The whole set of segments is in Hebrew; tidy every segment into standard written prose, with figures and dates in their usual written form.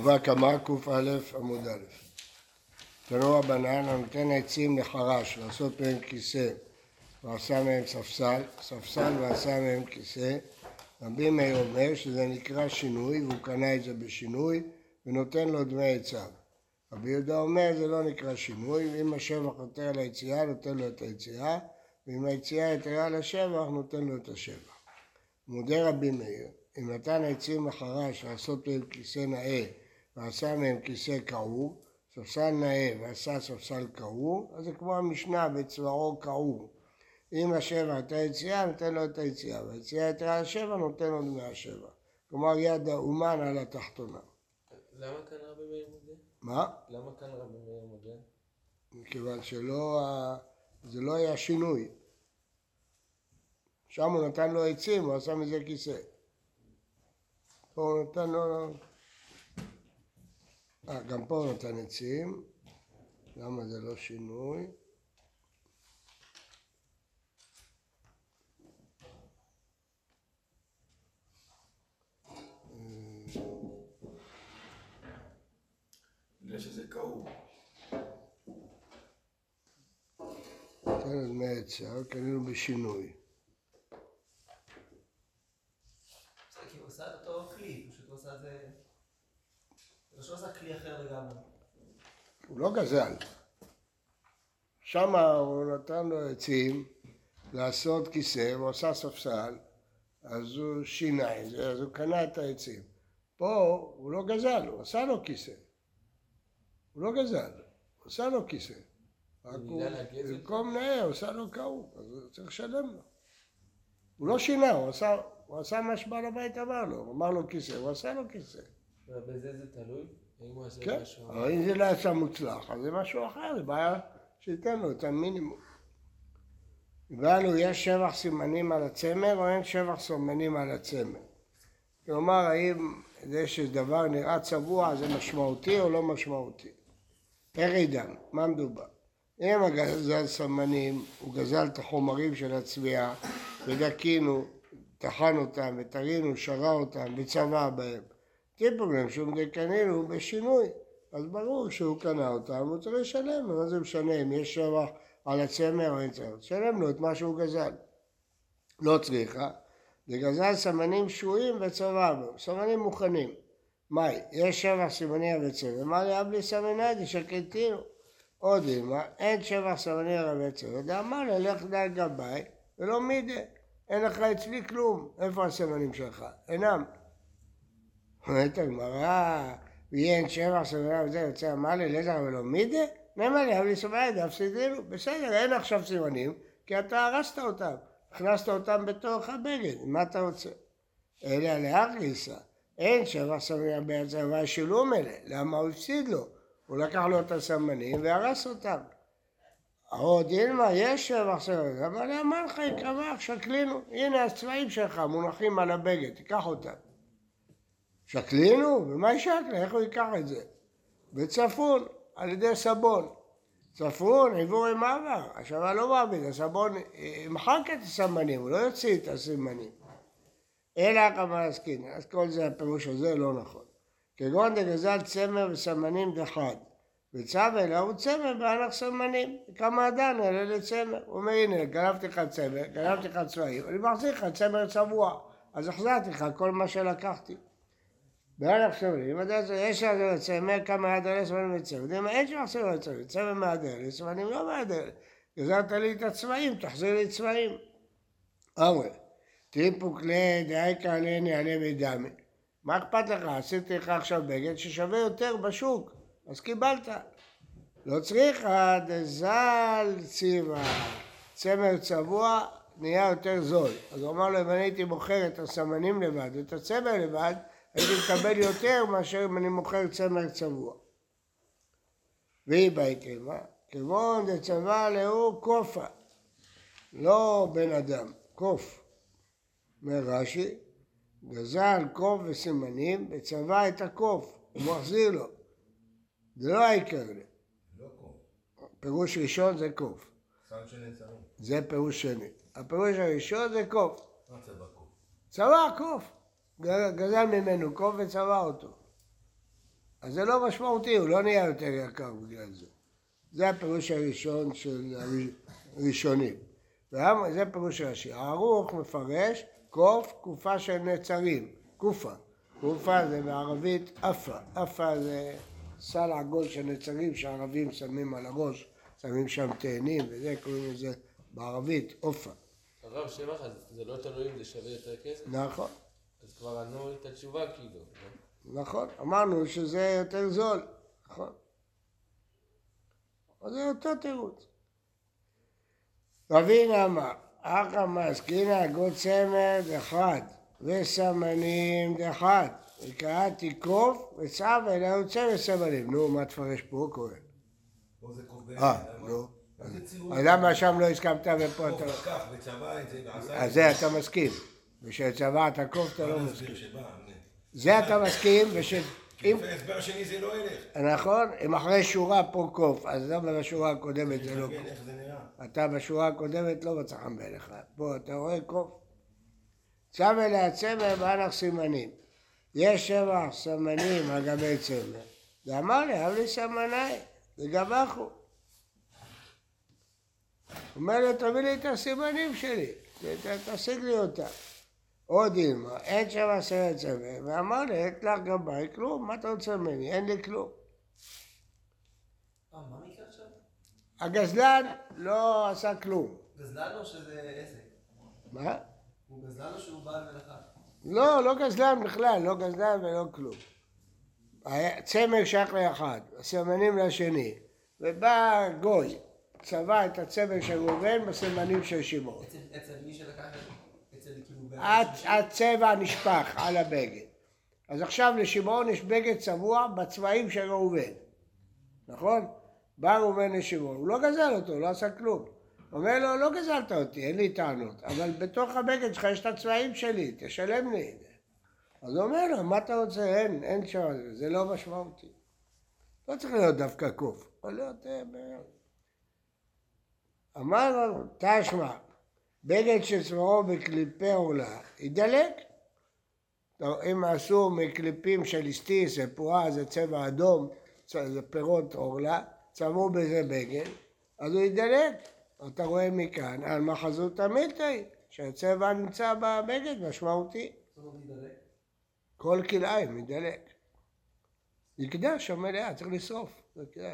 אחווה קמא קא עמוד א'. תנו רבנן הנותן עצים לחרש לעשות מהם כיסא ועשה מהם ספסל ועשה מהם כיסא. רבי מאיר אומר שזה נקרא שינוי והוא קנה את זה בשינוי ונותן לו דמי עצה. רבי יהודה אומר זה לא נקרא שינוי, ואם השבח יותר על היציאה נותן לו את היציאה, ואם היציאה יותר על השבח נותן לו את השבח. מודה רבי מאיר, אם נתן עצים לחרש לעשות מהם כיסא נאה ועשה מהם כיסא קעור, ספסל נאה ועשה ספסל קעור, אז זה כמו המשנה בצווארו קעור. אם השבח יותר היציאה נותן לו את היציאה, והיציאה יותר על השבח נותן לו דמי השבח. כלומר יד האומן על התחתונה. למה כאן רבי מאיר מודה? מה? למה כאן רבי מאיר מודה? מכיוון זה לא היה שינוי. שם הוא נתן לו עצים, הוא עשה מזה כיסא. פה הוא נתן לו... גם פה הוא נתן עצים. למה זה לא שינוי? בגלל שזה קעור. נתן לו דמי עצה, קנינו בשינוי. כי הוא עושה את אותו כלי, פשוט הוא עושה את זה... הוא לא עושה כלי אחר לגמרי. הוא לא גזל. שם הוא נתן לו עצים לעשות כיסא, הוא עשה ספסל, אז הוא שינה את זה, אז הוא קנה את העצים. פה הוא לא גזל, הוא עשה לו כיסא. הוא לא גזל, הוא עשה לו כיסא. במקום נאה, הוא עשה לו קעור, אז הוא צריך לשלם לו. הוא לא שינה, הוא עשה מה שבעל הבית אמר לו, הוא אמר לו כיסא, הוא עשה לו כיסא. ובזה זה תלוי? כן, אבל אם זה לא יצא מוצלח, אז זה משהו אחר, זה בעיה שייתן לו את המינימום. הבנו, יש שבח סימנים על הצמר או אין שבח סימנים על הצמר? כלומר, האם זה שדבר נראה צבוע זה משמעותי או לא משמעותי? פרידם, מה מדובר? אם הגזל סמנים, הוא גזל את החומרים של הצביעה, ודקינו, טחן אותם, ותרינו, שרה אותם, וצבע בהם. טיפורים שהוא קנינו בשינוי, אז ברור שהוא קנה אותם, הוא צריך לשלם, מה זה משנה אם יש שבח על הצמר או אין צמר, תשלם לו את מה שהוא גזל. לא צריכה, זה גזל סמנים שרויים וצבע בהם, סמנים מוכנים. מאי, יש שבח סימני הבצבע, מה לי אבלי סמנדי שקלתינו? עוד אימה, אין שבח סמני הבצבע, דאמר ללך דל גבי ולא מידה, אין לך אצלי כלום, איפה הסמנים שלך? אינם. אומרת הגמרא, ויהיה שבח סמני הבצבע, יוצא אמר לי לזר ולא מידה? נאמר לי אבלי סמנדי, הפסידינו, בסדר, אין עכשיו סימנים, כי אתה הרסת אותם, הכנסת אותם בתוך הבגד, מה אתה רוצה? אלא להרגיסה. אין שבח סמני הבצבע והשילום אלה, למה הוא הפסיד לו? הוא לקח לו את הסמנים והרס אותם. עוד אילמה, יש שבח סמני, אבל אמר לך, יקבח, שקלינו, הנה הצבעים שלך מונחים על הבגד, תיקח אותם. שקלינו? ומה שקלה? איך הוא ייקח את זה? בצפון, על ידי סבון. צפון, עיבור עם מעבר, השווה לא מעביד, הסבון ימחק את הסמנים, הוא לא יוציא את הסימנים. אלא כמה עסקין, אז כל זה הפירוש הזה לא נכון. כגון דגזל צמר וסמנים דחד, וצו אלא הוא צמר בענך סמנים, כמה עדן אלה לצמר. הוא אומר הנה, גנבתי לך צמר, גנבתי לך צבעים, אני מחזיר לך צמר צבוע, אז החזרתי לך כל מה שלקחתי. בענך סמנים, יש לך צמר כמה עדן לסמנים לצמר, אין שם צמר לצמר, צמר מעדן לסמנים לא מעדן, גזרת לי את הצבעים, תחזיר לי צבעים. אמר, טיפוק לדאיקה עליני עלי ודמי. מה אכפת לך? עשיתי לך עכשיו בגד ששווה יותר בשוק, אז קיבלת. לא צריך, דזל ציבה, צמר צבוע נהיה יותר זול. אז הוא אמר לו, אם אני הייתי מוכר את הסמנים לבד ואת הצמר לבד, הייתי מקבל יותר מאשר אם אני מוכר צמר צבוע. והיא בהתאמה, כבון דצבע לאו קופה, לא בן אדם, קוף. מרש"י, גזל קוף וסימנים וצבע את הקוף, הוא מחזיר לו. זה לא העיקר לי. לא קוף. פירוש ראשון זה קוף. סם שנצרים. זה פירוש שני. הפירוש הראשון זה קוף. מה צבע קוף? צבע קוף. גזל ממנו קוף וצבע אותו. אז זה לא משמעותי, הוא לא נהיה יותר יקר בגלל זה. זה הפירוש הראשון של הראשונים. זה פירוש רש"י. הערוך מפרש קוף, קופה של נצרים, קופה. קופה זה בערבית אפה. אפה זה סל עגול של נצרים שהערבים שמים על הראש, שמים שם תאנים וזה, קוראים לזה בערבית אופה. הרב שבח, אז זה לא תלוי אם זה שווה יותר כסף? נכון. אז כבר ענו את התשובה כאילו. נכון, אמרנו שזה יותר זול, נכון. אז זה אותו תירוץ. רבינה אמר, אחא מסכינא גוד צמר דחד וסמנים דחד וקראתי קוף וצב אליהו צמר סמנים. נו, מה תפרש פה כהן? פה זה קוף נו. אז למה שם לא הסכמת ופה אתה... קוף לקח וצבע את זה ועשה... אז זה אתה מסכים. ושצבעת הקוף אתה לא מה מסכים. נסביר שבא? זה אתה מסכים אם... לפי ההסבר השני זה לא ילך. נכון, אם אחרי שורה פה קוף, אז למה בשורה הקודמת זה לא כן, קוף? איך זה נראה? אתה בשורה הקודמת לא מצא חן בעיניך. פה אתה רואה קוף. צם אליה צמר באנח סימנים. יש שבע סמנים על גבי צמר. ואמר לי, אב לי סמני, וגבחו. אומר לו, תביא לי את הסימנים שלי, תשיג לי אותם. עוד אילמה, אין שם 10 צמר, ואמר לי, אין לך גבי, כלום, מה אתה רוצה ממני? אין לי כלום. מה מקרה עכשיו? הגזלן לא עשה כלום. גזלן או שזה עסק? מה? הוא גזלן או שהוא בעל מלאכה? לא, לא גזלן בכלל, לא גזלן ולא כלום. צמר שייך לאחד, הסימנים לשני, ובא גוי, צבע את הצמר של ראובן בסימנים של שמעון. אצל מי שלקח את זה? אצל כאילו... הצבע נשפך על הבגד. אז עכשיו לשמעון יש בגד צבוע בצבעים של ראובן, נכון? בא ראובן לשמעון, הוא לא גזל אותו, לא עשה כלום. אומר לו, לא גזלת אותי, אין לי טענות, אבל בתוך הבגד שלך יש את הצבעים שלי, תשלם לי את זה. אז הוא אומר לו, מה אתה רוצה? אין שם, זה לא משמעותי. לא צריך להיות דווקא קוף, יכול להיות... אמר לנו, תשמע, בגד שצבעו בקליפי עורלה, ידלק. אם עשו מקליפים של אסתי, זה פורה, זה צבע אדום, זה פירות עורלה, צבעו בזה בגד, אז הוא ידלק. אתה רואה מכאן, על מחזות המילתאי, שהצבע נמצא בבגד משמעותי. זאת אומרת ידלק? כל כלאיים ידלק. יקדש המלאה, צריך לשרוף.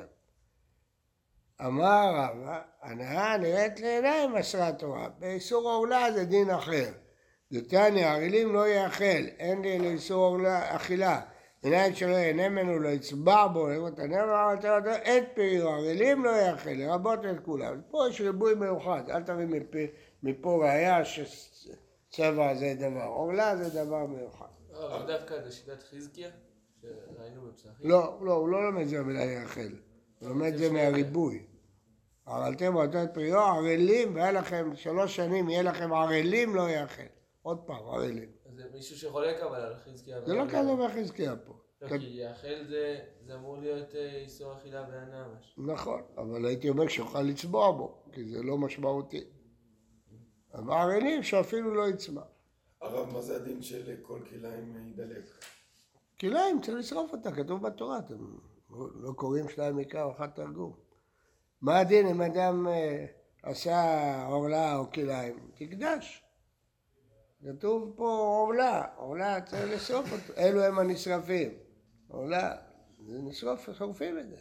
אמר רבא, הנאה נראית לעיניים מסרה תורה, באיסור עורלה זה דין אחר. דתניא, ערלים לא יאכל, אין לי לאיסור אכילה. עיניים שלא ייהנה ממנו, לא יצבע בו, אין פירו, ערלים לא יאכל, לרבות את כולם. פה יש ריבוי מיוחד, אל תביא מפה ראיה שצבע זה דבר, עורלה זה דבר מיוחד. אבל דווקא זה שיטת חזקיה, שראינו בפסחים. לא, הוא לא לומד זה המילה יאכל, הוא לומד זה מהריבוי. ערלתם ואותו את פריו, ערלים, והיה לכם 3 שנים, יהיה לכם ערלים לא יאכל. עוד פעם, ערלים. אז זה מישהו שחולק אבל על חזקיה. זה לא כזה בחזקיה פה. לא, כי יאכל זה אמור להיות איסור אכילה בהנאה משהו. נכון, אבל הייתי אומר שיוכל לצבוע בו, כי זה לא משמעותי. אבל ערלים שאפילו לא יצבע. הרב, מה זה הדין של כל כלאיים ידלק? כלאיים, צריך לשרוף אותה, כתוב בתורה, אתם לא קוראים 2 מקרא או 1 תרגום. מה הדין אם אדם עשה עורלה או כלאיים? תקדש. כתוב פה עורלה צריך לשרוף אותו, אלו הם הנשרפים. עורלה, זה נשרוף, שורפים את זה.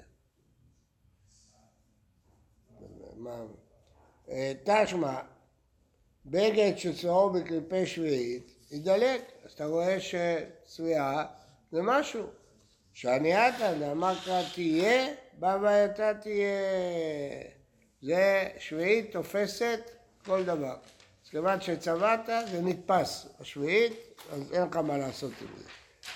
תשמע, בגד שצבעו בקליפי שביעית, ידלק. אז אתה רואה שצביעה זה משהו. שענייתה, דאמר קרא תהיה, בהווייתה תהיה. זה שביעית תופסת כל דבר. אז כיוון שצבעת זה נתפס. השביעית, אז אין לך מה לעשות עם זה.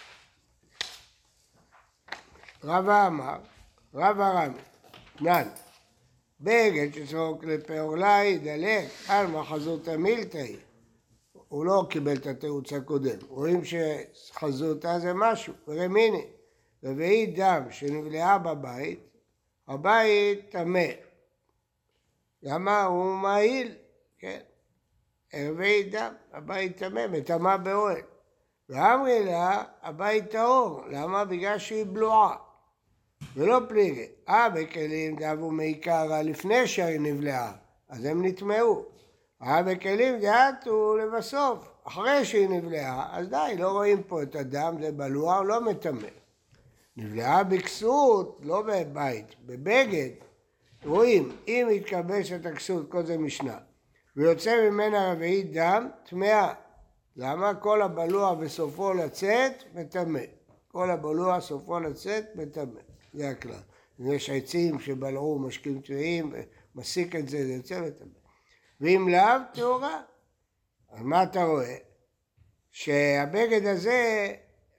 רבא אמר, רבא רמי, נן, בגד שצבעו קליפי עורלה ידלק, על מחזות המילתאי. הוא לא קיבל את התירוץ הקודם. רואים שחזותה זה משהו, רמיני. רביעי דם שנבלעה בבית, הבית טמא. למה? הוא מעיל, כן. רביעי דם, הבית טמא, מטמא באוהל. ואמרי לה, הבית טהור. למה? בגלל שהיא בלועה. ולא פליגי. בכלים דאבו מעיקרא לפני שהיא נבלעה, אז הם נטמעו. בכלים דאתו לבסוף, אחרי שהיא נבלעה, אז די, לא רואים פה את הדם, זה בלוע, הוא לא מטמא. נבלעה בכסות, לא בבית, בבגד. רואים, אם התקבשת הכסות, כל זה משנה, ויוצא ממנה רביעית דם, טמאה. למה? כל הבלוע בסופו לצאת, מטמא. כל הבלוע סופו לצאת, מטמא. זה הכלל. אם יש עצים שבלעו משקים טמאים, מסיק את זה, זה יוצא מטמא. ואם לאו, טהורה. אז מה אתה רואה? שהבגד הזה,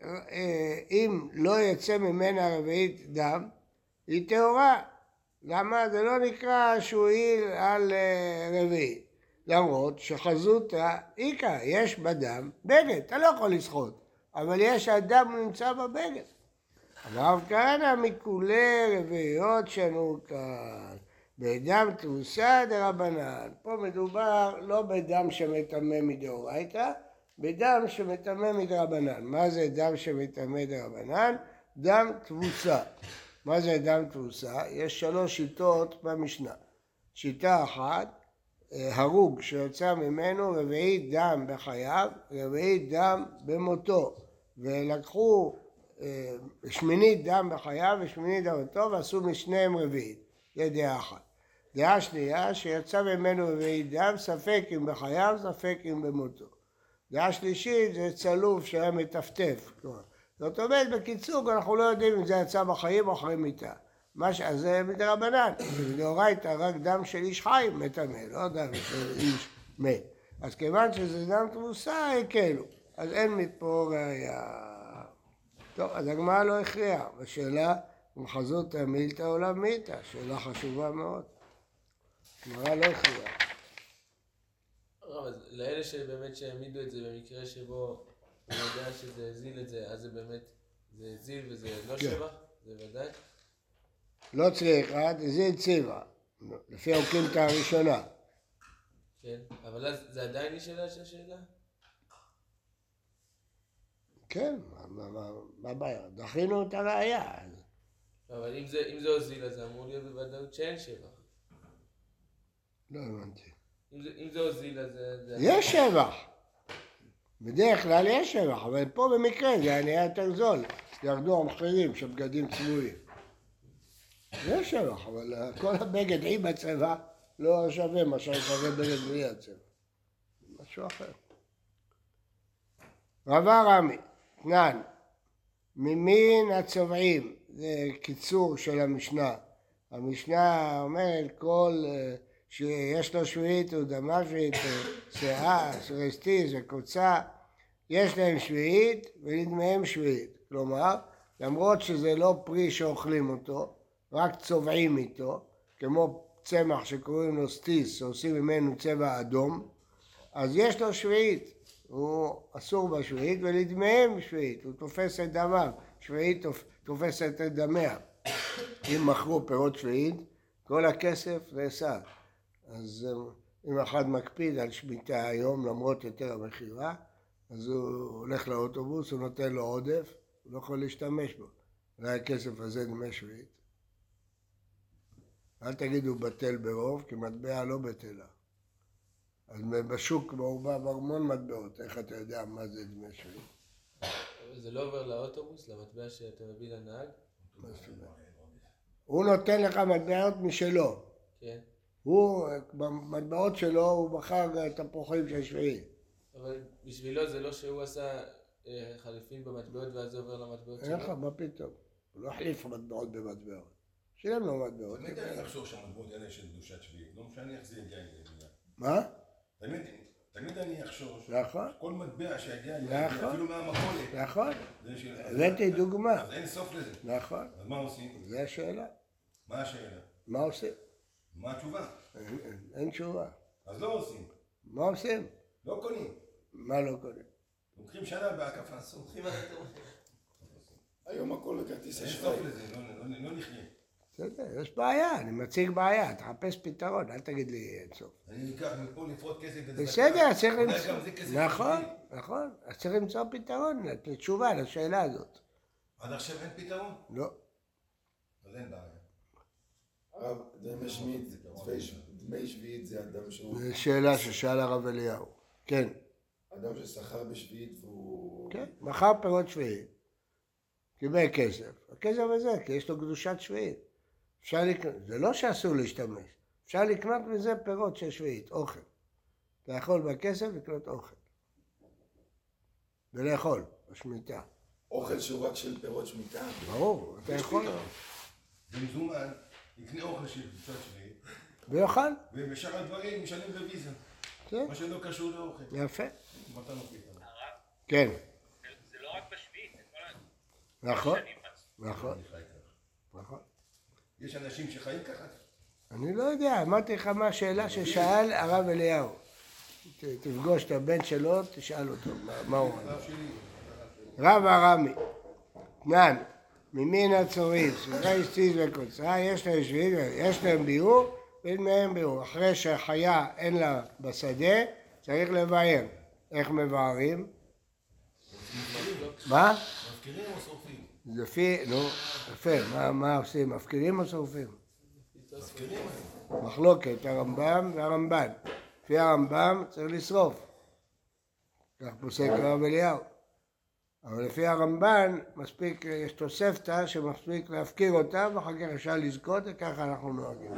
אם לא יצא ממנה רביעית דם, היא טהורה. למה? זה לא נקרא שהוא העיל על רביעית. למרות שחזותא איכא, יש בדם בגד, אתה לא יכול לשחות, אבל יש הדם נמצא בבגד. אמר כהנא מכולי רביעיות שנו כאן, בדם תבוסה דרבנן. פה מדובר לא בדם שמטמא מדאורייתא, בדם שמטמא מדרבנן. מה זה דם שמטמא דרבנן? דם תבוסה. מה זה דם תבוסה? יש 3 שיטות במשנה. שיטה אחת, הרוג שיוצא ממנו רביעית דם בחייו, רביעית דם במותו. ולקחו שמינית דם בחייו ושמינית דם במותו ועשו משניהם רביעית. זה דעה אחת. דעה שנייה, שיצא ממנו רביעית דם, ספק אם בחייו, ספק אם במותו. דעה שלישית זה צלוף שהיה מטפטף. זאת אומרת, בקיצור, אנחנו לא יודעים אם זה יצא בחיים או אחרי מיתה. אז זה מדרבנן, בדאורייתא רק דם של איש חי מטמא, לא דם של איש מת. אז כיוון שזה דם תבוסה, הקלו. אז אין מפה ראיה. טוב, אז הגמרא לא הכריעה. בשאלה, אם חזותא מילתא או לא מילתא, שאלה חשובה מאוד. הגמרא לא הכריעה. אז לאלה שבאמת שהעמידו את זה במקרה שבו הוא יודע שזה הזיל את זה, אז זה באמת, זה הזיל וזה לא שבח? זה ודאי? לא צריך, זה צבע, לפי האוקימתא הראשונה. כן, אבל אז זה עדיין נשאלה השאלה? כן, מה הבעיה? דחינו את הראייה. אבל אם זה הוזיל, אז אמור להיות בוודאות שאין שבח. לא הבנתי. אם זה הוזיל, אז זה... יש שבח. בדרך כלל יש שבח, אבל פה במקרה זה היה יותר זול. ירדו המחירים של בגדים צבועים. יש שבח, אבל כל הבגד עם הצבע לא שווה מה ששווה בגד בלי הצבע. משהו אחר. רבה רמי, תנן, ממין הצובעים, זה קיצור של המשנה. המשנה אומרת כל שיש לו שביעית הוא דמה שביעית, שיער, סרסטי, קוצה, יש להם שביעית ונדמיהם שביעית. כלומר, למרות שזה לא פרי שאוכלים אותו, רק צובעים איתו, כמו צמח שקוראים לו סטיס, שעושים ממנו צבע אדום, אז יש לו שביעית, הוא אסור בשביעית ולדמיהם שביעית, הוא תופס את דמיו, שביעית תופסת את דמיה. אם מכרו פירות שביעית, כל הכסף נאסר. אז אם אחד מקפיד על שמיטה היום, למרות יותר המחירה, אז הוא הולך לאוטובוס, הוא נותן לו עודף, הוא לא יכול להשתמש בו. אולי הכסף הזה דמי שביעית. אל תגידו בטל ברוב, כי מטבע לא בטלה. אז בשוק מעורבב המון מטבעות, איך אתה יודע מה זה דמי שביעית? זה לא עובר לאוטובוס, למטבע שאתה מביא לנהג? הוא נותן לך מטבעות משלו. כן. הוא, במטבעות שלו, הוא בחר את הפרוחים של שביעית. אבל בשבילו זה לא שהוא עשה חליפין במטבעות ואז זה עובר למטבעות שלו? אין לך, מה פתאום? הוא לא החליף מטבעות במטבעות. שילם לו מטבעות. תמיד אני אחשוב שהמטבעות האלה של קדושת שביעית, לא משנה איך זה יגיע אליי. מה? תמיד אני אחשוב נכון. שכל מטבע שיגיע אליי, אפילו מהמכולת. נכון. הבאתי דוגמה. אז אין סוף לזה. נכון. אז מה עושים? זה השאלה. מה השאלה? מה עושים? מה התשובה? אין תשובה. אז לא עושים. מה עושים? לא קונים. מה לא קונים? לוקחים שנה בהקפה. סומכים על התורה. היום הכל לכרטיס אין אשראי. סוף לזה, לא נחיה. בסדר, יש בעיה, אני מציג בעיה, תחפש פתרון, אל תגיד לי אין סוף. אני אקח מפה לפרוט כסף וצדקה. בסדר, צריך אולי למצוא, גם זה כסף נכון, בשבילי. נכון, אז צריך למצוא פתרון, תשובה לשאלה הזאת. עד עכשיו אין פתרון? לא. אז אין בעיה. הרב, דמי שביעית זה אדם שהוא... זו שאלה ששאל הרב אליהו. כן, אדם ששכר בשביעית והוא... כן, מכר פירות שביעית, קיבל כסף. הכסף הזה, כי יש לו קדושת שביעית. אפשר לקנות, זה לא שאסור להשתמש, אפשר לקנות מזה פירות של שביעית, אוכל. אתה יכול בכסף לקנות אוכל. ולאכול, בשמיטה. אוכל שהוא רק של פירות שמיטה. ברור, אתה יכול. במזומן, יקנה אוכל של קבוצת שביעית, ויאכל. ובשאר הדברים משלם רוויזיה. כן, מה שלא קשור לאוכל. יפה. מתן פתרון. כן, זה לא רק בשביעית, זה כל נכון, השנים רצו. נכון, אני חי ככה. נכון. יש אנשים שחיים ככה? אני לא יודע, אמרתי לך מה השאלה ששאל הרב אליהו. תפגוש את הבן שלו, תשאל אותו מה הוא אומר. הרב שלי. רב הרמי, תנן, ממין הצורים, סוגי אשתיז וקוצרה, יש להם שביעית, יש להם ביאור, ואין מהם ביאור. אחרי שחיה אין לה בשדה, צריך לבאר. איך מבארים? מה? מפקירים או שורפים? לפי, נו, יפה, מה עושים? מפקירים או שורפים? מפקירים. מחלוקת, הרמב"ם והרמב"ן. לפי הרמב"ם צריך לשרוף. כך פוסק הרב אליהו. אבל לפי הרמב"ן מספיק, יש תוספתא שמספיק להפקיר אותה ואחר כך אפשר לזכות וככה אנחנו נוהגים.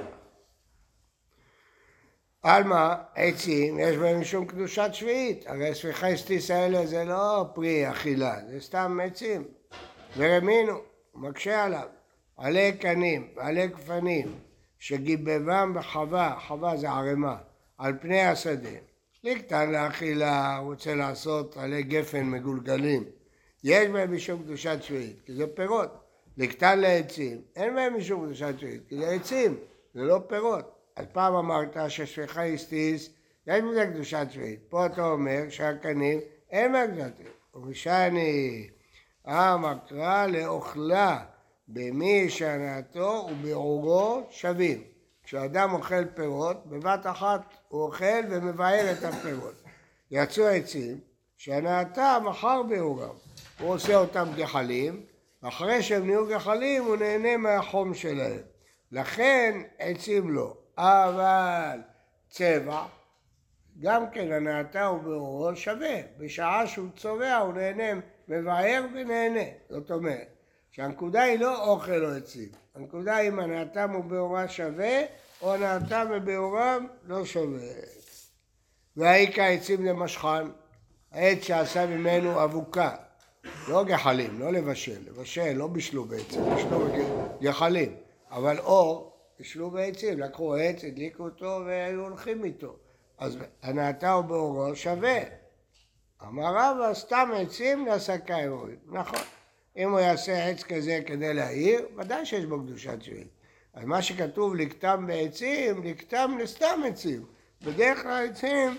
עלמא, עצים, יש בהם משום קדושת שביעית. הרי ספיחי סטיס האלה זה לא פרי אכילה, זה סתם עצים. ורמינו, מקשה עליו, עלי קנים ועלי גפנים, שגיבבם בחווה, חווה זה ערימה, על פני השדה. לקטן לאכילה, הוא רוצה לעשות עלי גפן מגולגלים. יש בהם משום קדושת שביעית, כי זה פירות. לקטן לעצים, אין בהם משום קדושת שביעית, כי זה עצים, זה לא פירות. אז פעם אמרת ששפיחי אסטיס, יש בזה קדושת שביעית. פה אתה אומר שהקנים, אין בהם קדושת שביעית. ומשני, המקרא לאוכלה, במי שנעתו וביעורו שווים. כשאדם אוכל פירות, בבת אחת הוא אוכל ומבאר את הפירות. יצאו עצים, שהנעתה מחר ביעורם. הוא עושה אותם גחלים, ואחרי שהם נהיו גחלים הוא נהנה מהחום שלהם. לכן עצים לא. אבל צבע, גם כן הנעתה וביעורו שווה. בשעה שהוא צובע הוא נהנה, מבאר ונהנה. זאת אומרת, שהנקודה היא לא אוכל או עצים. הנקודה היא אם הנעתם וביעורם שווה, או הנעתם וביעורם לא שווה. והאיכה עצים למשכן, העץ שעשה ממנו אבוקה. לא גחלים, לא לבשל, לא בישלו בעצם, בישלו גחלים. אבל אור, בישלו בעצים, לקחו עץ, הדליקו אותו והיו הולכים איתו. אז הנעתה וביעורו שווה. אמר רבא, סתם עצים להסקה אירועים. נכון. אם הוא יעשה עץ כזה כדי להעיר, ודאי שיש בו קדושת שביעית. אז מה שכתוב לקטם בעצים, לקטם לסתם עצים. בדרך כלל עצים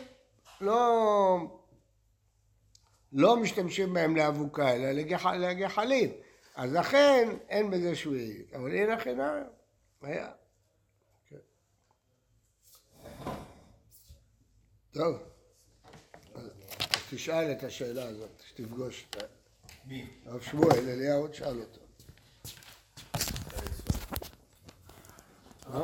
לא משתמשים בהם לאבוקה, אלא לגחלים. אז לכן אין בזה שביעית. אבל הנה חינם, היה. כן. טוב. אז תשאל את השאלה הזאת, שתפגוש. מי? הרב שמואל, אליהו, תשאל אותו.